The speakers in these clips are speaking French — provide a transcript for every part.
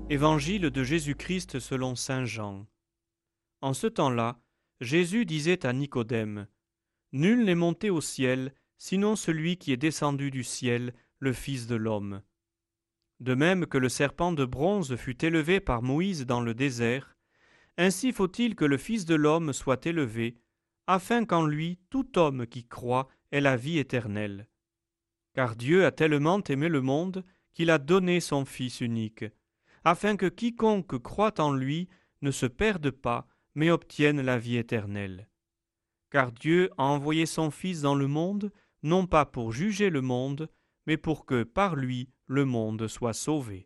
Évangile de Jésus-Christ selon saint Jean. En ce temps-là, Jésus disait à Nicodème, « Nul n'est monté au ciel, sinon celui qui est descendu du ciel, le Fils de l'homme. » De même que le serpent de bronze fut élevé par Moïse dans le désert, ainsi faut-il que le Fils de l'homme soit élevé, afin qu'en lui tout homme qui croit ait la vie éternelle. Car Dieu a tellement aimé le monde qu'il a donné son Fils unique, afin que quiconque croit en lui ne se perde pas, mais obtienne la vie éternelle. Car Dieu a envoyé son Fils dans le monde, non pas pour juger le monde, mais pour que par lui le monde soit sauvé.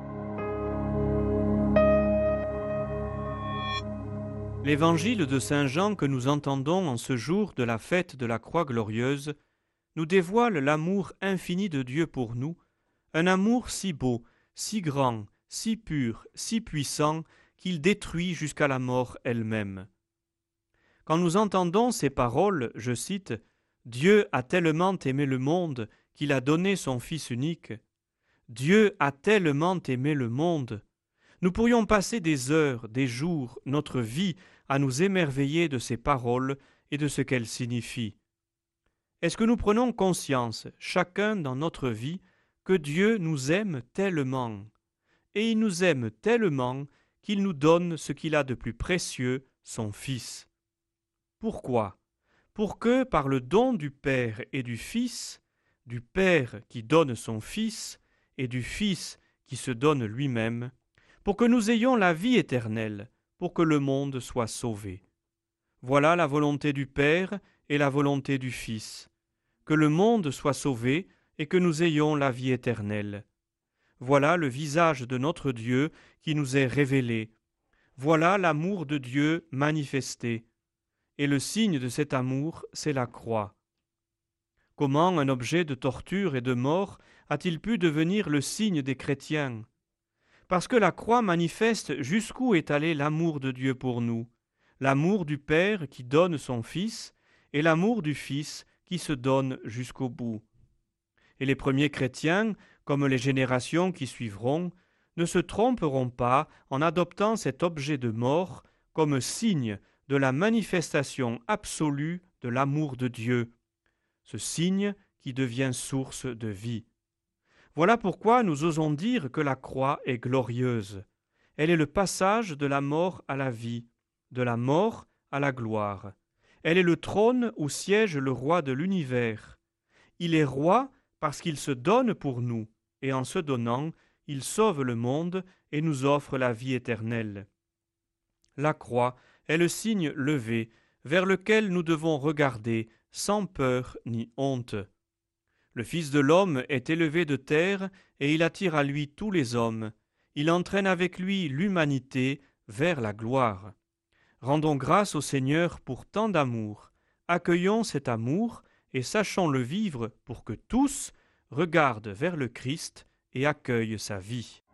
L'évangile de saint Jean que nous entendons en ce jour de la fête de la Croix glorieuse nous dévoile l'amour infini de Dieu pour nous, un amour si beau, si grand, si pur, si puissant, qu'il détruit jusqu'à la mort elle-même. Quand nous entendons ces paroles, je cite, « Dieu a tellement aimé le monde qu'il a donné son Fils unique », Dieu a tellement aimé le monde. Nous pourrions passer des heures, des jours, notre vie à nous émerveiller de ces paroles et de ce qu'elles signifient. Est-ce que nous prenons conscience, chacun dans notre vie, que Dieu nous aime tellement? Et il nous aime tellement qu'il nous donne ce qu'il a de plus précieux, son Fils. Pourquoi? Pour que, par le don du Père et du Fils, du Père qui donne son Fils et du Fils qui se donne lui-même, pour que nous ayons la vie éternelle, pour que le monde soit sauvé. Voilà la volonté du Père et la volonté du Fils, que le monde soit sauvé et que nous ayons la vie éternelle. Voilà le visage de notre Dieu qui nous est révélé. Voilà l'amour de Dieu manifesté. Et le signe de cet amour, c'est la croix. Comment un objet de torture et de mort a-t-il pu devenir le signe des chrétiens? Parce que la croix manifeste jusqu'où est allé l'amour de Dieu pour nous, l'amour du Père qui donne son Fils et l'amour du Fils qui se donne jusqu'au bout. Et les premiers chrétiens, comme les générations qui suivront, ne se tromperont pas en adoptant cet objet de mort comme signe de la manifestation absolue de l'amour de Dieu, ce signe qui devient source de vie. Voilà pourquoi nous osons dire que la croix est glorieuse. Elle est le passage de la mort à la vie, de la mort à la gloire. Elle est le trône où siège le roi de l'univers. Il est roi parce qu'il se donne pour nous, et en se donnant, il sauve le monde et nous offre la vie éternelle. La croix est le signe levé vers lequel nous devons regarder sans peur ni honte. Le Fils de l'homme est élevé de terre et il attire à lui tous les hommes. Il entraîne avec lui l'humanité vers la gloire. Rendons grâce au Seigneur pour tant d'amour. Accueillons cet amour et sachons le vivre pour que tous regardent vers le Christ et accueillent sa vie.